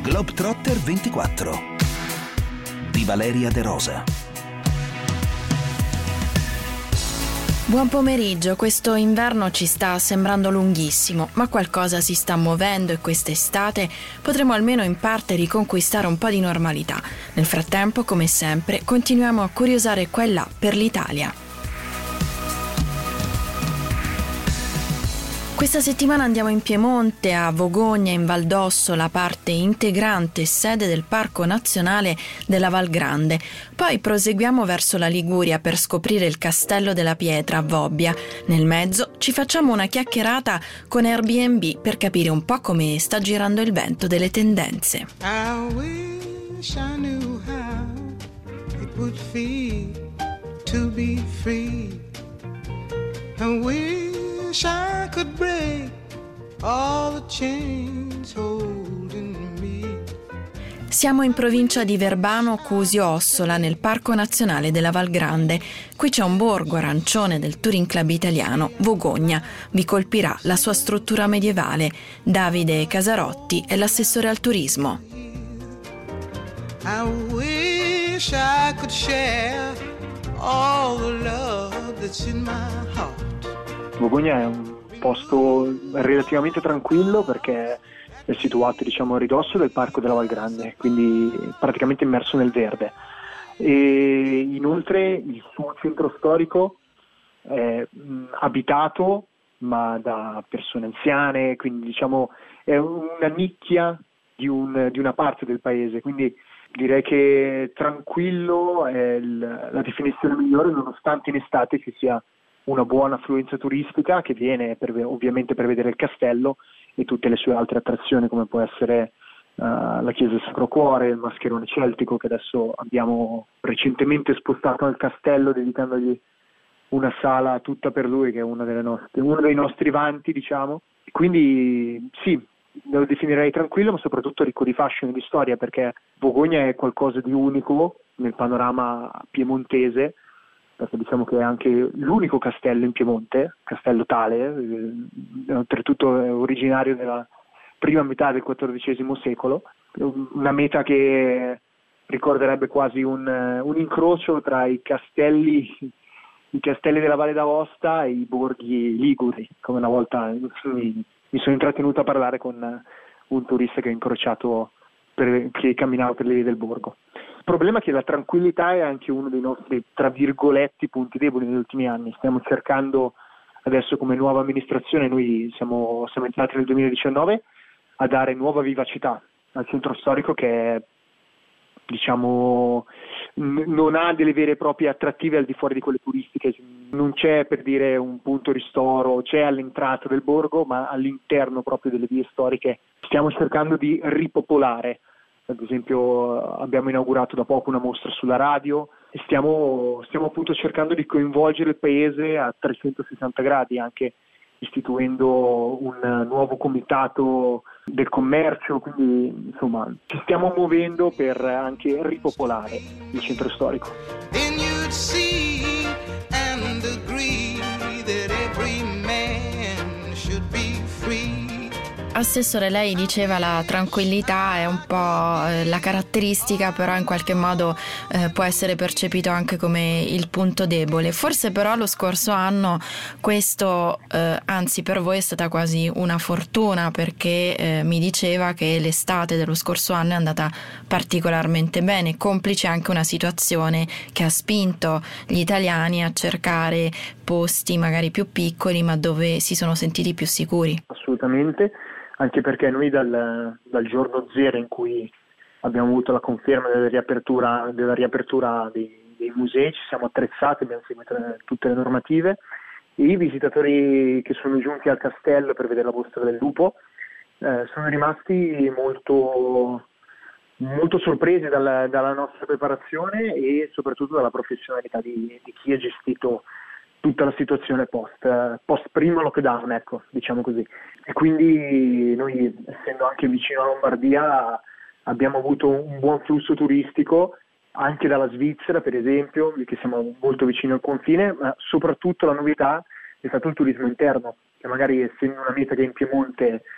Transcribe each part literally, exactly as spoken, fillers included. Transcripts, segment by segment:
Globetrotter ventiquattro di Valeria De Rosa. Buon pomeriggio, questo inverno ci sta sembrando lunghissimo, ma qualcosa si sta muovendo e quest'estate potremo almeno in parte riconquistare un po' di normalità. Nel frattempo, come sempre, continuiamo a curiosare qua e là per l'Italia. Questa settimana andiamo in Piemonte, a Vogogna, in Val d'Ossola, parte integrante e sede del Parco Nazionale della Val Grande. Poi proseguiamo verso la Liguria per scoprire il Castello della Pietra a Vobbia. Nel mezzo ci facciamo una chiacchierata con Airbnb per capire un po' come sta girando il vento delle tendenze. I wish I knew how it would feel to be free. I wish I could break all the chains holding me. Siamo in provincia di Verbano Cusio Ossola, nel Parco Nazionale della Val Grande. Qui c'è un borgo arancione del Touring Club italiano, Vogogna. Vi colpirà la sua struttura medievale. Davide Casarotti è l'assessore al turismo. I wish I could share all the love that's in my heart. Vogogna è un posto relativamente tranquillo perché è situato, diciamo, a ridosso del Parco della Val Grande, quindi praticamente immerso nel verde. E inoltre il suo centro storico è mh, abitato ma da persone anziane, quindi diciamo è una nicchia di, un, di una parte del paese, quindi direi che tranquillo è il, la definizione migliore, nonostante in estate ci sia una buona affluenza turistica che viene per, ovviamente per vedere il castello e tutte le sue altre attrazioni, come può essere uh, la chiesa del Sacro Cuore, il mascherone celtico che adesso abbiamo recentemente spostato al castello dedicandogli una sala tutta per lui, che è una delle nostre, uno dei nostri vanti, diciamo. Quindi sì, lo definirei tranquillo, ma soprattutto ricco di fascino e di storia, perché Vogogna è qualcosa di unico nel panorama piemontese, perché diciamo che è anche l'unico castello in Piemonte, castello tale, eh, oltretutto è originario della prima metà del quattordicesimo secolo, una meta che ricorderebbe quasi un, un incrocio tra i castelli, i castelli della Valle d'Aosta e i borghi liguri, come una volta mi, mi sono intrattenuto a parlare con un turista che ho incrociato per, che camminava per le vie del borgo. Il problema è che la tranquillità è anche uno dei nostri, tra virgolette, punti deboli negli ultimi anni. Stiamo cercando adesso, come nuova amministrazione, noi siamo, siamo entrati nel duemiladiciannove, a dare nuova vivacità al centro storico che è, diciamo, n- non ha delle vere e proprie attrattive al di fuori di quelle turistiche. Non c'è, per dire, un punto ristoro, c'è all'entrata del borgo, ma all'interno proprio delle vie storiche stiamo cercando di ripopolare. Ad esempio abbiamo inaugurato da poco una mostra sulla radio e stiamo, stiamo appunto cercando di coinvolgere il paese a trecentosessanta gradi, anche istituendo un nuovo comitato del commercio, quindi insomma ci stiamo muovendo per anche ripopolare il centro storico. Then you'd see and agree that every man should be free. Assessore, lei diceva la tranquillità è un po' la caratteristica, però in qualche modo eh, può essere percepito anche come il punto debole. Forse però lo scorso anno questo, eh, anzi per voi è stata quasi una fortuna, perché eh, mi diceva che l'estate dello scorso anno è andata particolarmente bene, complice anche una situazione che ha spinto gli italiani a cercare posti magari più piccoli ma dove si sono sentiti più sicuri. Assolutamente. Anche perché noi dal, dal giorno zero in cui abbiamo avuto la conferma della riapertura, della riapertura dei, dei musei ci siamo attrezzati, abbiamo seguito tutte le normative e i visitatori che sono giunti al castello per vedere la mostra del lupo eh, sono rimasti molto, molto sorpresi dalla, dalla nostra preparazione e soprattutto dalla professionalità di, di chi ha gestito tutta la situazione post, post primo lockdown, ecco, diciamo così. E quindi noi, essendo anche vicino a Lombardia, abbiamo avuto un buon flusso turistico anche dalla Svizzera, per esempio, che siamo molto vicini al confine, ma soprattutto la novità è stato il turismo interno, che magari essendo una meta che in Piemonte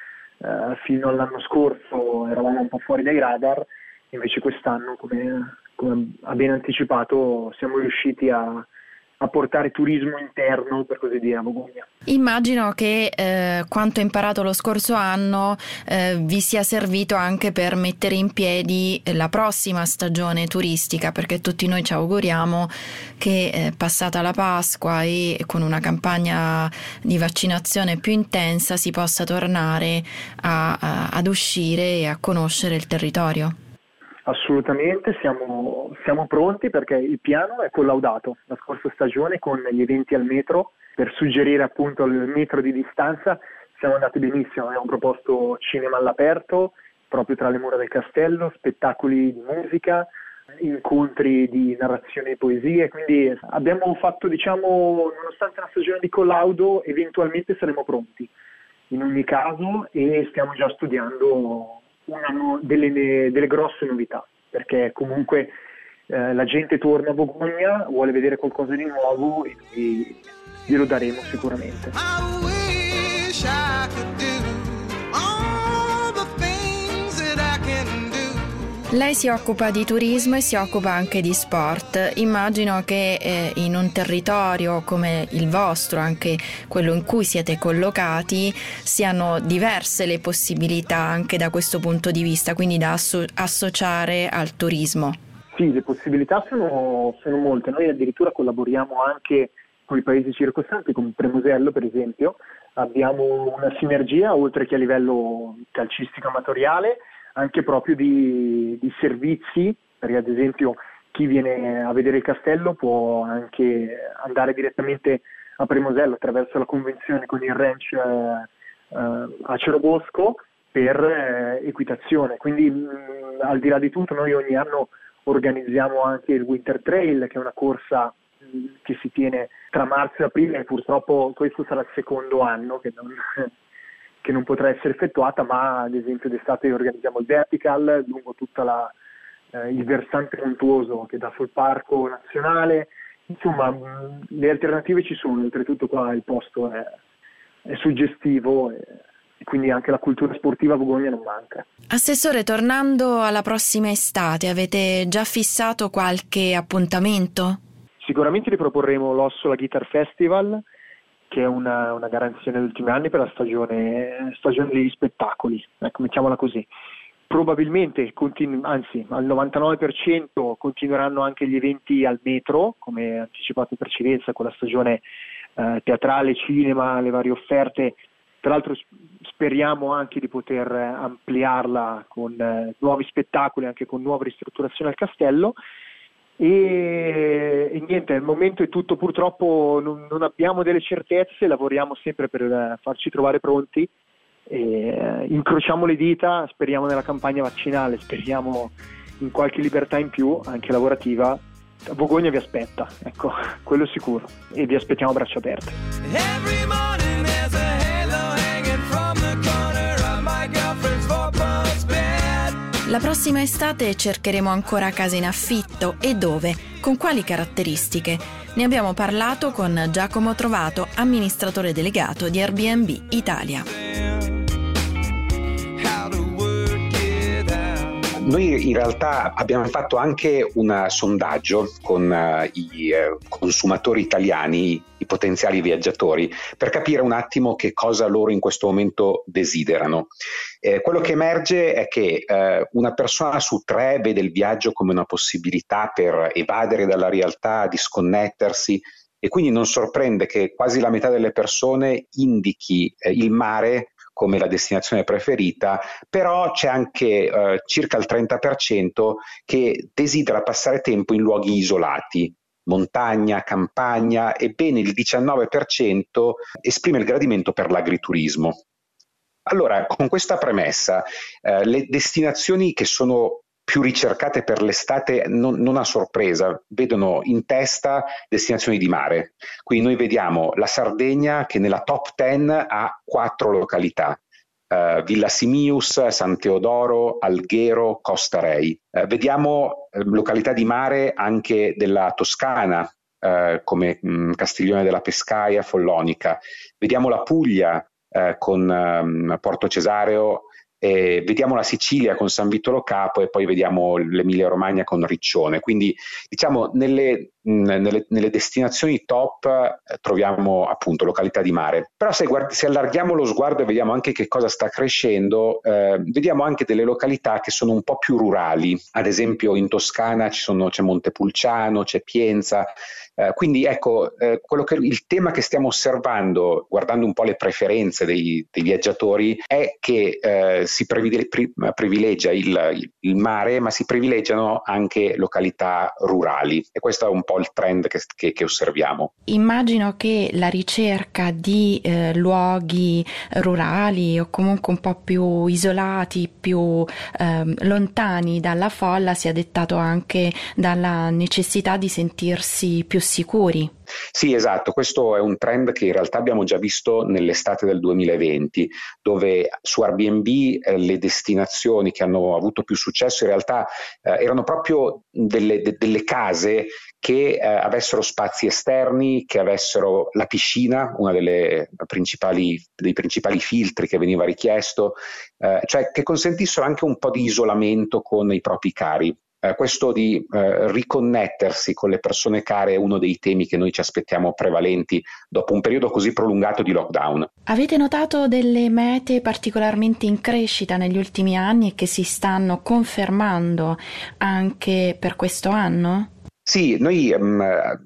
eh, fino all'anno scorso eravamo un po' fuori dai radar, invece quest'anno, come, come ha ben anticipato, siamo riusciti a a portare turismo interno, per così dire, a Vogogna. Immagino che eh, quanto imparato lo scorso anno eh, vi sia servito anche per mettere in piedi la prossima stagione turistica, perché tutti noi ci auguriamo che eh, passata la Pasqua e con una campagna di vaccinazione più intensa si possa tornare a, a, ad uscire e a conoscere il territorio. Assolutamente, siamo, siamo pronti perché il piano è collaudato la scorsa stagione con gli eventi al metro, per suggerire appunto il metro di distanza siamo andati benissimo, abbiamo proposto cinema all'aperto proprio tra le mura del castello, spettacoli di musica, incontri di narrazione e poesie, quindi abbiamo fatto, diciamo, nonostante una stagione di collaudo, eventualmente saremo pronti in ogni caso e stiamo già studiando una no, delle, delle grosse novità, perché comunque eh, la gente torna a Vogogna, vuole vedere qualcosa di nuovo e quindi glielo daremo sicuramente. I wish I could do all the things that I can do. Lei si occupa di turismo e si occupa anche di sport. Immagino che eh, in un territorio come il vostro, anche quello in cui siete collocati, siano diverse le possibilità anche da questo punto di vista, quindi da asso- associare al turismo. Sì, le possibilità sono, sono molte. Noi addirittura collaboriamo anche con i paesi circostanti, come Premusello per esempio. Abbiamo una sinergia, oltre che a livello calcistico amatoriale, anche proprio di, di servizi, perché ad esempio chi viene a vedere il castello può anche andare direttamente a Premusello attraverso la convenzione con il ranch eh, eh, a Cerobosco per eh, equitazione. Quindi mh, al di là di tutto noi ogni anno organizziamo anche il Winter Trail, che è una corsa mh, che si tiene tra marzo e aprile, e purtroppo questo sarà il secondo anno che non... che non potrà essere effettuata, ma ad esempio d'estate organizziamo il Vertical lungo tutta la, eh, il versante montuoso che dà sul parco nazionale. Insomma, mh, le alternative ci sono, oltretutto qua il posto è, è suggestivo e, e quindi anche la cultura sportiva a Vogogna non manca. Assessore, tornando alla prossima estate, avete già fissato qualche appuntamento? Sicuramente riproporremo l'Ossola Guitar Festival, che è una, una garanzia negli ultimi anni per la stagione, stagione degli spettacoli, ecco, mettiamola così. Probabilmente, continu- anzi al novantanove per cento continueranno anche gli eventi al metro, come anticipato in precedenza, con la stagione eh, teatrale, cinema, le varie offerte. Tra l'altro speriamo anche di poter ampliarla con eh, nuovi spettacoli, anche con nuove ristrutturazioni al castello. E, e niente, al momento è tutto, purtroppo non, non abbiamo delle certezze, lavoriamo sempre per uh, farci trovare pronti e uh, incrociamo le dita, speriamo nella campagna vaccinale, speriamo in qualche libertà in più, anche lavorativa. Vogogna vi aspetta, ecco, quello sicuro, e vi aspettiamo a braccia aperte. Every morning there's a halo hanging from the corner of my girlfriend's four-post bed. La prossima estate cercheremo ancora case in affitto e dove, con quali caratteristiche. Ne abbiamo parlato con Giacomo Trovato, amministratore delegato di Airbnb Italia. Noi in realtà abbiamo fatto anche un sondaggio con uh, i uh, consumatori italiani, i potenziali viaggiatori, per capire un attimo che cosa loro in questo momento desiderano. Eh, quello che emerge è che uh, una persona su tre vede il viaggio come una possibilità per evadere dalla realtà, disconnettersi, e quindi non sorprende che quasi la metà delle persone indichi eh, il mare come la destinazione preferita, però c'è anche eh, circa il trenta per cento che desidera passare tempo in luoghi isolati, montagna, campagna, e bene il diciannove per cento esprime il gradimento per l'agriturismo. Allora, con questa premessa, eh, le destinazioni che sono più ricercate per l'estate, non, non a sorpresa, vedono in testa destinazioni di mare. Quindi noi vediamo la Sardegna che nella top dieci ha quattro località: uh, Villa Simius, San Teodoro, Alghero, Costa Rei. Uh, vediamo uh, località di mare anche della Toscana, uh, come mh, Castiglione della Pescaia, Follonica. Vediamo la Puglia, eh, con um, Porto Cesareo, eh, vediamo la Sicilia con San Vito Lo Capo e poi vediamo l'Emilia Romagna con Riccione. Quindi diciamo nelle, mh, nelle, nelle destinazioni top eh, troviamo appunto località di mare. Però se, guard- se allarghiamo lo sguardo e vediamo anche che cosa sta crescendo, eh, vediamo anche delle località che sono un po' più rurali. Ad esempio in Toscana ci sono, c'è Montepulciano, c'è Pienza. Uh, quindi ecco, uh, quello che, il tema che stiamo osservando, guardando un po' le preferenze dei, dei viaggiatori, è che uh, si privile- pri- privilegia il, il mare, ma si privilegiano anche località rurali, e questo è un po' il trend che, che, che osserviamo. Immagino che la ricerca di eh, luoghi rurali o comunque un po' più isolati, più eh, lontani dalla folla sia dettato anche dalla necessità di sentirsi più sicuri. Sì, esatto, questo è un trend che in realtà abbiamo già visto nell'estate del duemilaventi, dove su Airbnb eh, le destinazioni che hanno avuto più successo in realtà eh, erano proprio delle, de, delle case che eh, avessero spazi esterni, che avessero la piscina, uno dei principali filtri che veniva richiesto, eh, cioè che consentissero anche un po' di isolamento con i propri cari. Eh, questo di eh, riconnettersi con le persone care è uno dei temi che noi ci aspettiamo prevalenti dopo un periodo così prolungato di lockdown. Avete notato delle mete particolarmente in crescita negli ultimi anni e che si stanno confermando anche per questo anno? Sì, noi um,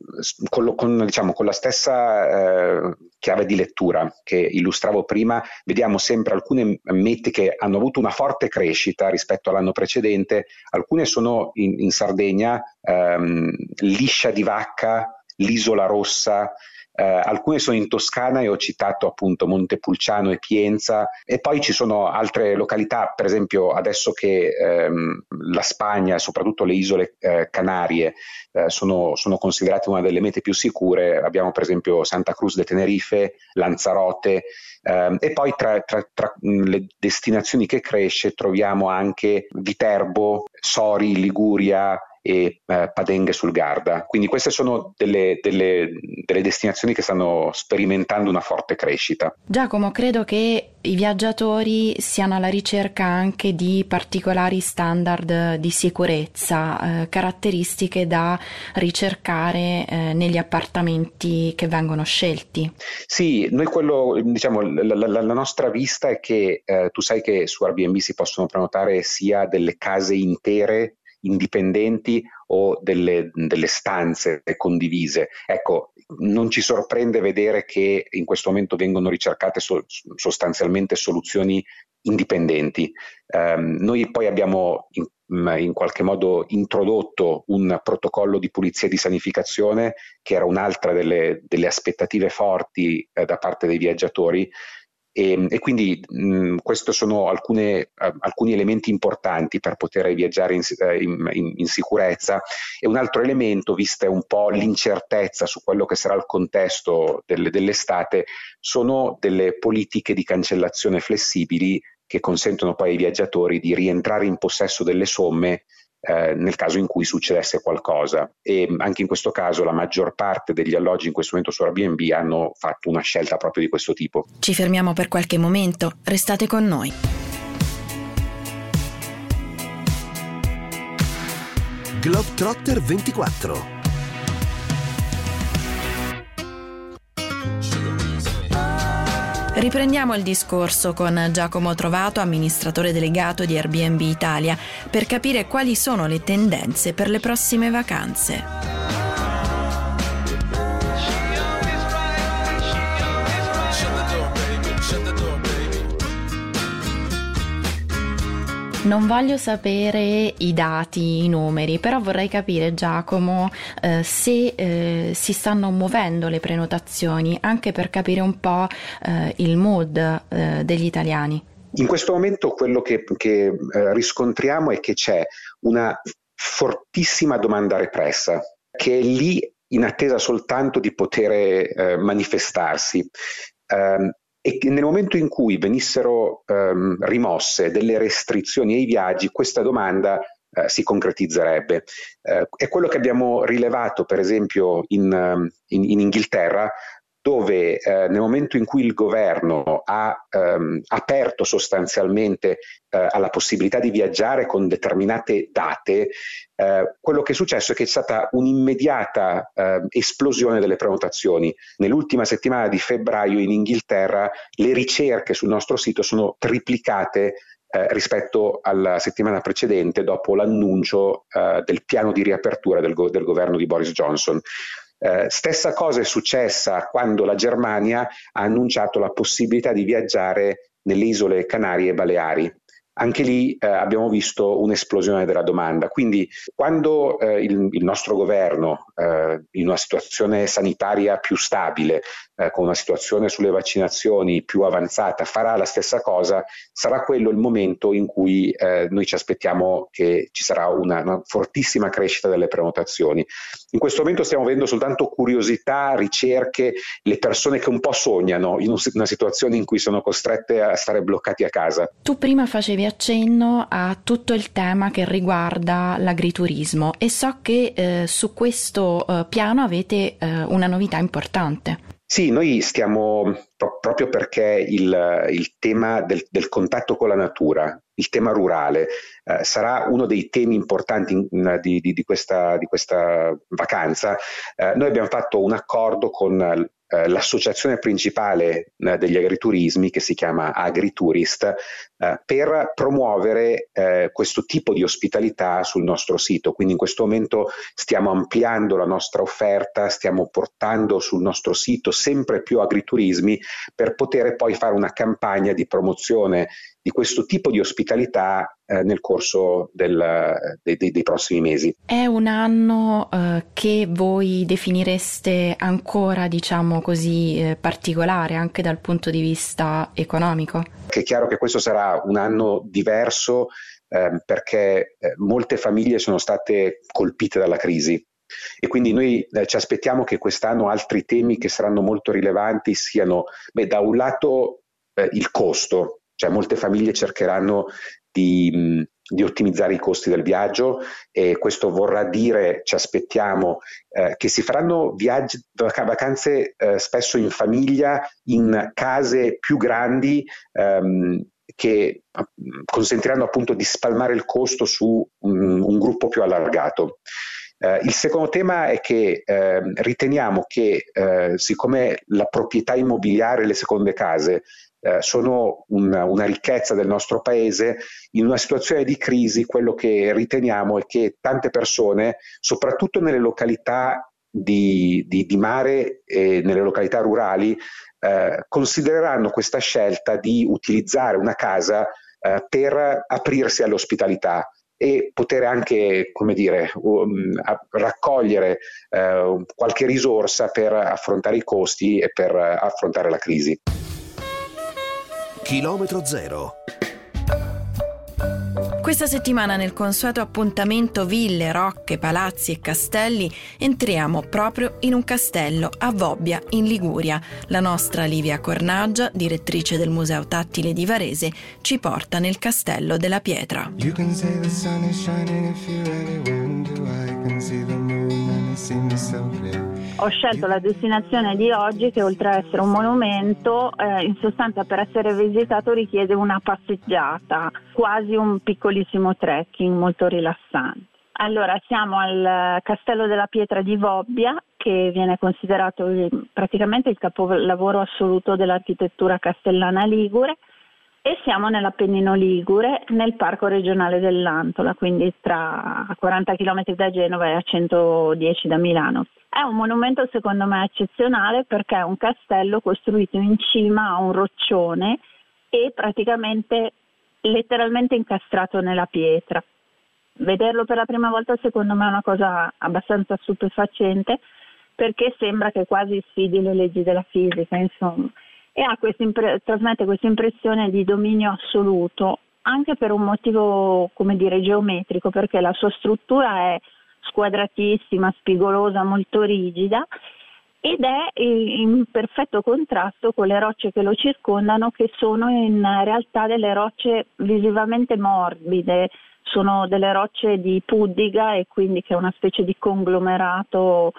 con, con, diciamo, con la stessa uh, chiave di lettura che illustravo prima, vediamo sempre alcune mete che hanno avuto una forte crescita rispetto all'anno precedente. Alcune sono in, in Sardegna, um, Liscia di Vacca, l'Isola Rossa. Uh, alcune sono in Toscana e ho citato appunto Montepulciano e Pienza, e poi ci sono altre località, per esempio adesso che um, la Spagna, soprattutto le isole uh, Canarie, uh, sono, sono considerate una delle mete più sicure. Abbiamo per esempio Santa Cruz de Tenerife, Lanzarote, um, e poi tra, tra, tra le destinazioni che cresce troviamo anche Viterbo, Sori, Liguria e eh, Padenghe sul Garda. Quindi queste sono delle, delle, delle destinazioni che stanno sperimentando una forte crescita. Giacomo, credo che i viaggiatori siano alla ricerca anche di particolari standard di sicurezza, eh, caratteristiche da ricercare eh, negli appartamenti che vengono scelti. Sì, noi quello, diciamo, la, la, la nostra vista è che eh, tu sai che su Airbnb si possono prenotare sia delle case intere indipendenti o delle, delle stanze condivise. Ecco, non ci sorprende vedere che in questo momento vengono ricercate so, sostanzialmente soluzioni indipendenti. Um, noi poi abbiamo in, in qualche modo introdotto un protocollo di pulizia e di sanificazione che era un'altra delle, delle aspettative forti eh, da parte dei viaggiatori. E, e quindi mh, questi sono alcune, uh, alcuni elementi importanti per poter viaggiare in, in, in sicurezza. E un altro elemento, vista un po' l'incertezza su quello che sarà il contesto delle, dell'estate, sono delle politiche di cancellazione flessibili che consentono poi ai viaggiatori di rientrare in possesso delle somme Eh, nel caso in cui succedesse qualcosa. E anche in questo caso la maggior parte degli alloggi in questo momento su Airbnb hanno fatto una scelta proprio di questo tipo. Ci fermiamo per qualche momento, restate con noi. Globetrotter ventiquattro. Riprendiamo il discorso con Giacomo Trovato, amministratore delegato di Airbnb Italia, per capire quali sono le tendenze per le prossime vacanze. Non voglio sapere i dati, i numeri, però vorrei capire, Giacomo, eh, se eh, si stanno muovendo le prenotazioni, anche per capire un po' eh, il mood eh, degli italiani. In questo momento quello che, che eh, riscontriamo è che c'è una fortissima domanda repressa, che è lì in attesa soltanto di poter eh, manifestarsi. Um, e che nel momento in cui venissero um, rimosse delle restrizioni ai viaggi, questa domanda uh, si concretizzerebbe. Uh, è quello che abbiamo rilevato per esempio in, um, in, in Inghilterra, dove eh, nel momento in cui il governo ha ehm, aperto sostanzialmente eh, alla possibilità di viaggiare con determinate date, eh, quello che è successo è che c'è stata un'immediata eh, esplosione delle prenotazioni. Nell'ultima settimana di febbraio in Inghilterra le ricerche sul nostro sito sono triplicate Eh, rispetto alla settimana precedente, dopo l'annuncio eh, del piano di riapertura del, go- del governo di Boris Johnson. Eh, stessa cosa è successa quando la Germania ha annunciato la possibilità di viaggiare nelle isole Canarie e Baleari. Anche lì eh, abbiamo visto un'esplosione della domanda. Quindi quando eh, il, il nostro governo, eh, in una situazione sanitaria più stabile, eh, con una situazione sulle vaccinazioni più avanzata, farà la stessa cosa, sarà quello il momento in cui eh, noi ci aspettiamo che ci sarà una, una fortissima crescita delle prenotazioni. In questo momento stiamo vedendo soltanto curiosità, ricerche, le persone che un po' sognano in una situazione in cui sono costrette a stare bloccati a casa. Tu prima facevi accenno a tutto il tema che riguarda l'agriturismo e so che eh, su questo eh, piano avete eh, una novità importante. Sì, noi stiamo pro- proprio perché il, il tema del, del contatto con la natura, il tema rurale, eh, sarà uno dei temi importanti in, in, di, di, di, questa, di questa vacanza. Eh, noi abbiamo fatto un accordo con eh, l'associazione principale eh, degli agriturismi, che si chiama Agritourist, eh, per promuovere eh, questo tipo di ospitalità sul nostro sito. Quindi in questo momento stiamo ampliando la nostra offerta, stiamo portando sul nostro sito sempre più agriturismi per poter poi fare una campagna di promozione di questo tipo di ospitalità eh, nel corso del, dei, dei, dei prossimi mesi. È un anno eh, che voi definireste ancora, diciamo così, eh, particolare anche dal punto di vista economico? È chiaro che questo sarà un anno diverso eh, perché eh, molte famiglie sono state colpite dalla crisi. E quindi noi eh, ci aspettiamo che quest'anno altri temi che saranno molto rilevanti siano, beh, da un lato eh, il costo, cioè molte famiglie cercheranno di, mh, di ottimizzare i costi del viaggio, e questo vorrà dire, ci aspettiamo, eh, che si faranno viaggi, vac- vacanze eh, spesso in famiglia, in case più grandi, ehm, che consentiranno appunto di spalmare il costo su un, un gruppo più allargato. Uh, il secondo tema è che eh, riteniamo che eh, siccome la proprietà immobiliare e le seconde case eh, sono una, una ricchezza del nostro paese, in una situazione di crisi quello che riteniamo è che tante persone, soprattutto nelle località di, di, di mare e nelle località rurali, eh, considereranno questa scelta di utilizzare una casa eh, per aprirsi all'ospitalità e poter anche, come dire, um, raccogliere uh, qualche risorsa per affrontare i costi e per uh, affrontare la crisi. Chilometro zero. Questa settimana nel consueto appuntamento Ville, Rocche, Palazzi e Castelli entriamo proprio in un castello a Vobbia, in Liguria. La nostra Livia Cornaggia, direttrice del Museo Tattile di Varese, ci porta nel Castello della Pietra. You can say the sun is shining if you really want to. I can see the moon and it seems so clear. Ho scelto la destinazione di oggi che, oltre a essere un monumento, eh, in sostanza per essere visitato richiede una passeggiata, quasi un piccolissimo trekking molto rilassante. Allora, siamo al Castello della Pietra di Vobbia, che viene considerato il, praticamente il capolavoro assoluto dell'architettura castellana ligure, e siamo nell'Appennino ligure, nel Parco regionale dell'Antola, quindi tra quaranta chilometri da Genova e a centodieci da Milano. È un monumento secondo me eccezionale perché è un castello costruito in cima a un roccione e praticamente letteralmente incastrato nella pietra. Vederlo per la prima volta secondo me è una cosa abbastanza stupefacente, perché sembra che quasi sfidi le leggi della fisica, insomma, e ha questa impre- trasmette questa impressione di dominio assoluto, anche per un motivo, come dire, geometrico, perché la sua struttura è squadratissima, spigolosa, molto rigida, ed è in perfetto contrasto con le rocce che lo circondano, che sono in realtà delle rocce visivamente morbide, sono delle rocce di puddiga, e quindi che è una specie di conglomerato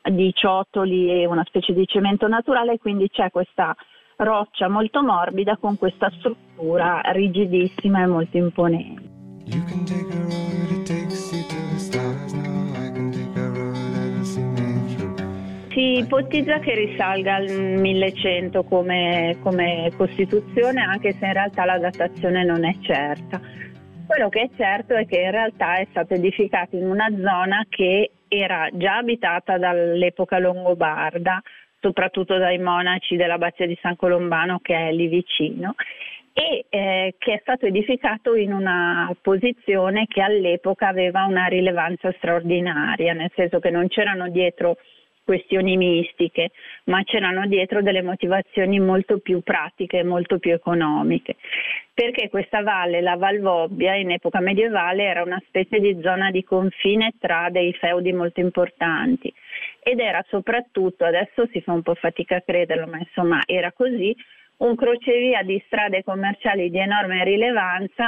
di ciottoli e una specie di cemento naturale, quindi c'è questa roccia molto morbida con questa struttura rigidissima e molto imponente. You can take a road that takes you to the stars. Now I can take a road that'll see me through. Si ipotizza che risalga al millecento come, come costituzione, anche se in realtà la datazione non è certa. Quello che è certo è che in realtà è stato edificato in una zona che era già abitata dall'epoca longobarda, soprattutto dai monaci dell'abbazia di San Colombano, che è lì vicino, e eh, che è stato edificato in una posizione che all'epoca aveva una rilevanza straordinaria, nel senso che non c'erano dietro questioni mistiche, ma c'erano dietro delle motivazioni molto più pratiche e molto più economiche, perché questa valle, la Val Vobbia, in epoca medievale era una specie di zona di confine tra dei feudi molto importanti ed era soprattutto, adesso si fa un po' fatica a crederlo, ma insomma era così, un crocevia di strade commerciali di enorme rilevanza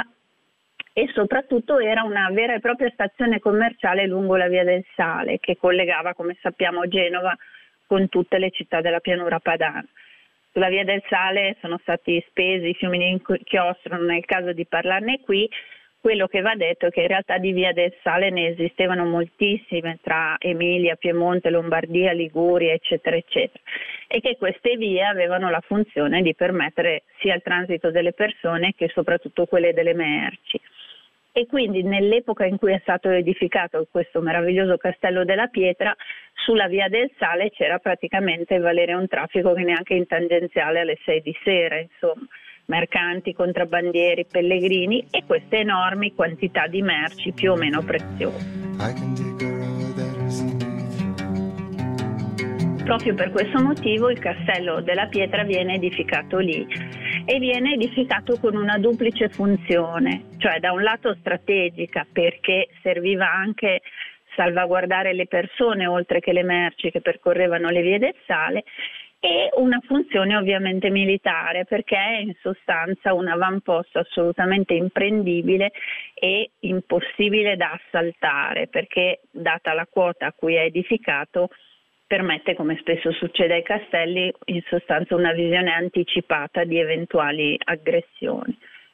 e soprattutto era una vera e propria stazione commerciale lungo la Via del Sale, che collegava, come sappiamo, Genova con tutte le città della pianura padana. Sulla Via del Sale sono stati spesi fiumi di inchiostro, non è il caso di parlarne qui. Quello che va detto è che in realtà di Via del Sale ne esistevano moltissime tra Emilia, Piemonte, Lombardia, Liguria, eccetera, eccetera, e che queste vie avevano la funzione di permettere sia il transito delle persone che soprattutto quelle delle merci. E quindi nell'epoca in cui è stato edificato questo meraviglioso Castello della Pietra, sulla Via del Sale c'era praticamente valere un traffico che neanche in tangenziale alle sei di sera, insomma, mercanti, contrabbandieri, pellegrini e queste enormi quantità di merci più o meno preziose. I can take a road that'll see me through. Proprio per questo motivo il Castello della Pietra viene edificato lì e viene edificato con una duplice funzione, cioè da un lato strategica, perché serviva anche salvaguardare le persone oltre che le merci che percorrevano le vie del Sale, e una funzione ovviamente militare, perché è in sostanza un avamposto assolutamente imprendibile e impossibile da assaltare, perché data la quota a cui è edificato permette, come spesso succede ai castelli, in sostanza una visione anticipata di eventuali aggressioni.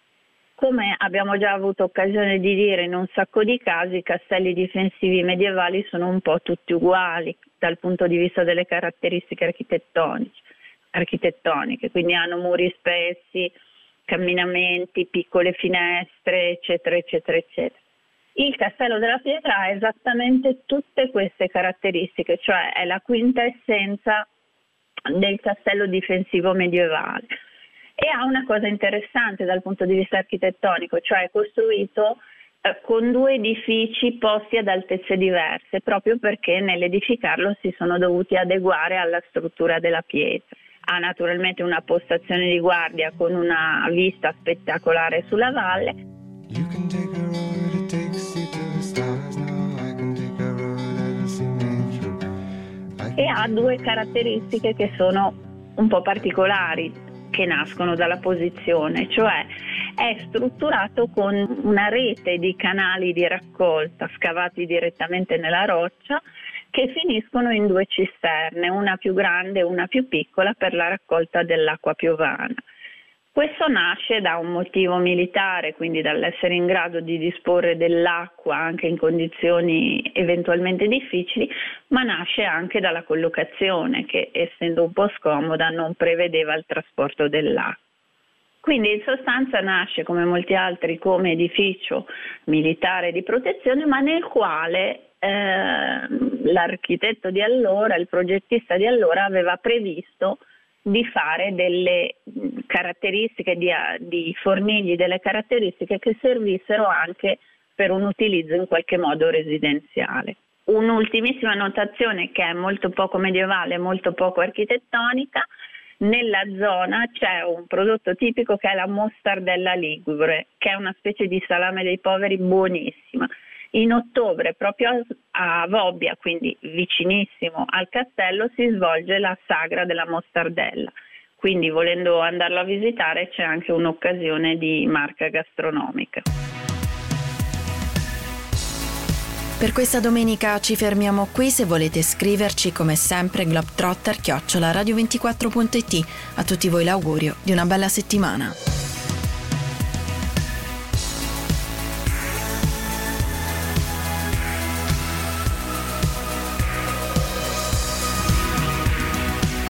Come abbiamo già avuto occasione di dire in un sacco di casi, i castelli difensivi medievali sono un po' tutti uguali dal punto di vista delle caratteristiche architettoniche, architettoniche, quindi hanno muri spessi, camminamenti, piccole finestre, eccetera, eccetera, eccetera. Il Castello della Pietra ha esattamente tutte queste caratteristiche, cioè è la quinta essenza del castello difensivo medievale. E ha una cosa interessante dal punto di vista architettonico, cioè è costruito eh, con due edifici posti ad altezze diverse, proprio perché nell'edificarlo si sono dovuti adeguare alla struttura della pietra. Ha naturalmente una postazione di guardia con una vista spettacolare sulla valle. You can take a road that takes you to the stars. Now I can take a road that'll see me through. I E ha due caratteristiche che sono un po' particolari, che nascono dalla posizione, cioè è strutturato con una rete di canali di raccolta scavati direttamente nella roccia che finiscono in due cisterne, una più grande e una più piccola per la raccolta dell'acqua piovana. Questo nasce da un motivo militare, quindi dall'essere in grado di disporre dell'acqua anche in condizioni eventualmente difficili, ma nasce anche dalla collocazione che, essendo un po' scomoda, non prevedeva il trasporto dell'acqua. Quindi in sostanza nasce, come molti altri, come edificio militare di protezione, ma nel quale eh, l'architetto di allora, il progettista di allora, aveva previsto di fare delle caratteristiche, di, di fornirgli delle caratteristiche che servissero anche per un utilizzo in qualche modo residenziale. Un'ultimissima notazione che è molto poco medievale, molto poco architettonica: nella zona c'è un prodotto tipico che è la mostardella ligure, che è una specie di salame dei poveri buonissima. In ottobre, proprio a Vobbia, quindi vicinissimo al castello, si svolge la sagra della mostardella. Quindi, volendo andarlo a visitare, c'è anche un'occasione di marca gastronomica. Per questa domenica ci fermiamo qui. Se volete scriverci, come sempre, globetrotter chiocciola radio ventiquattro punto it. A tutti voi l'augurio di una bella settimana.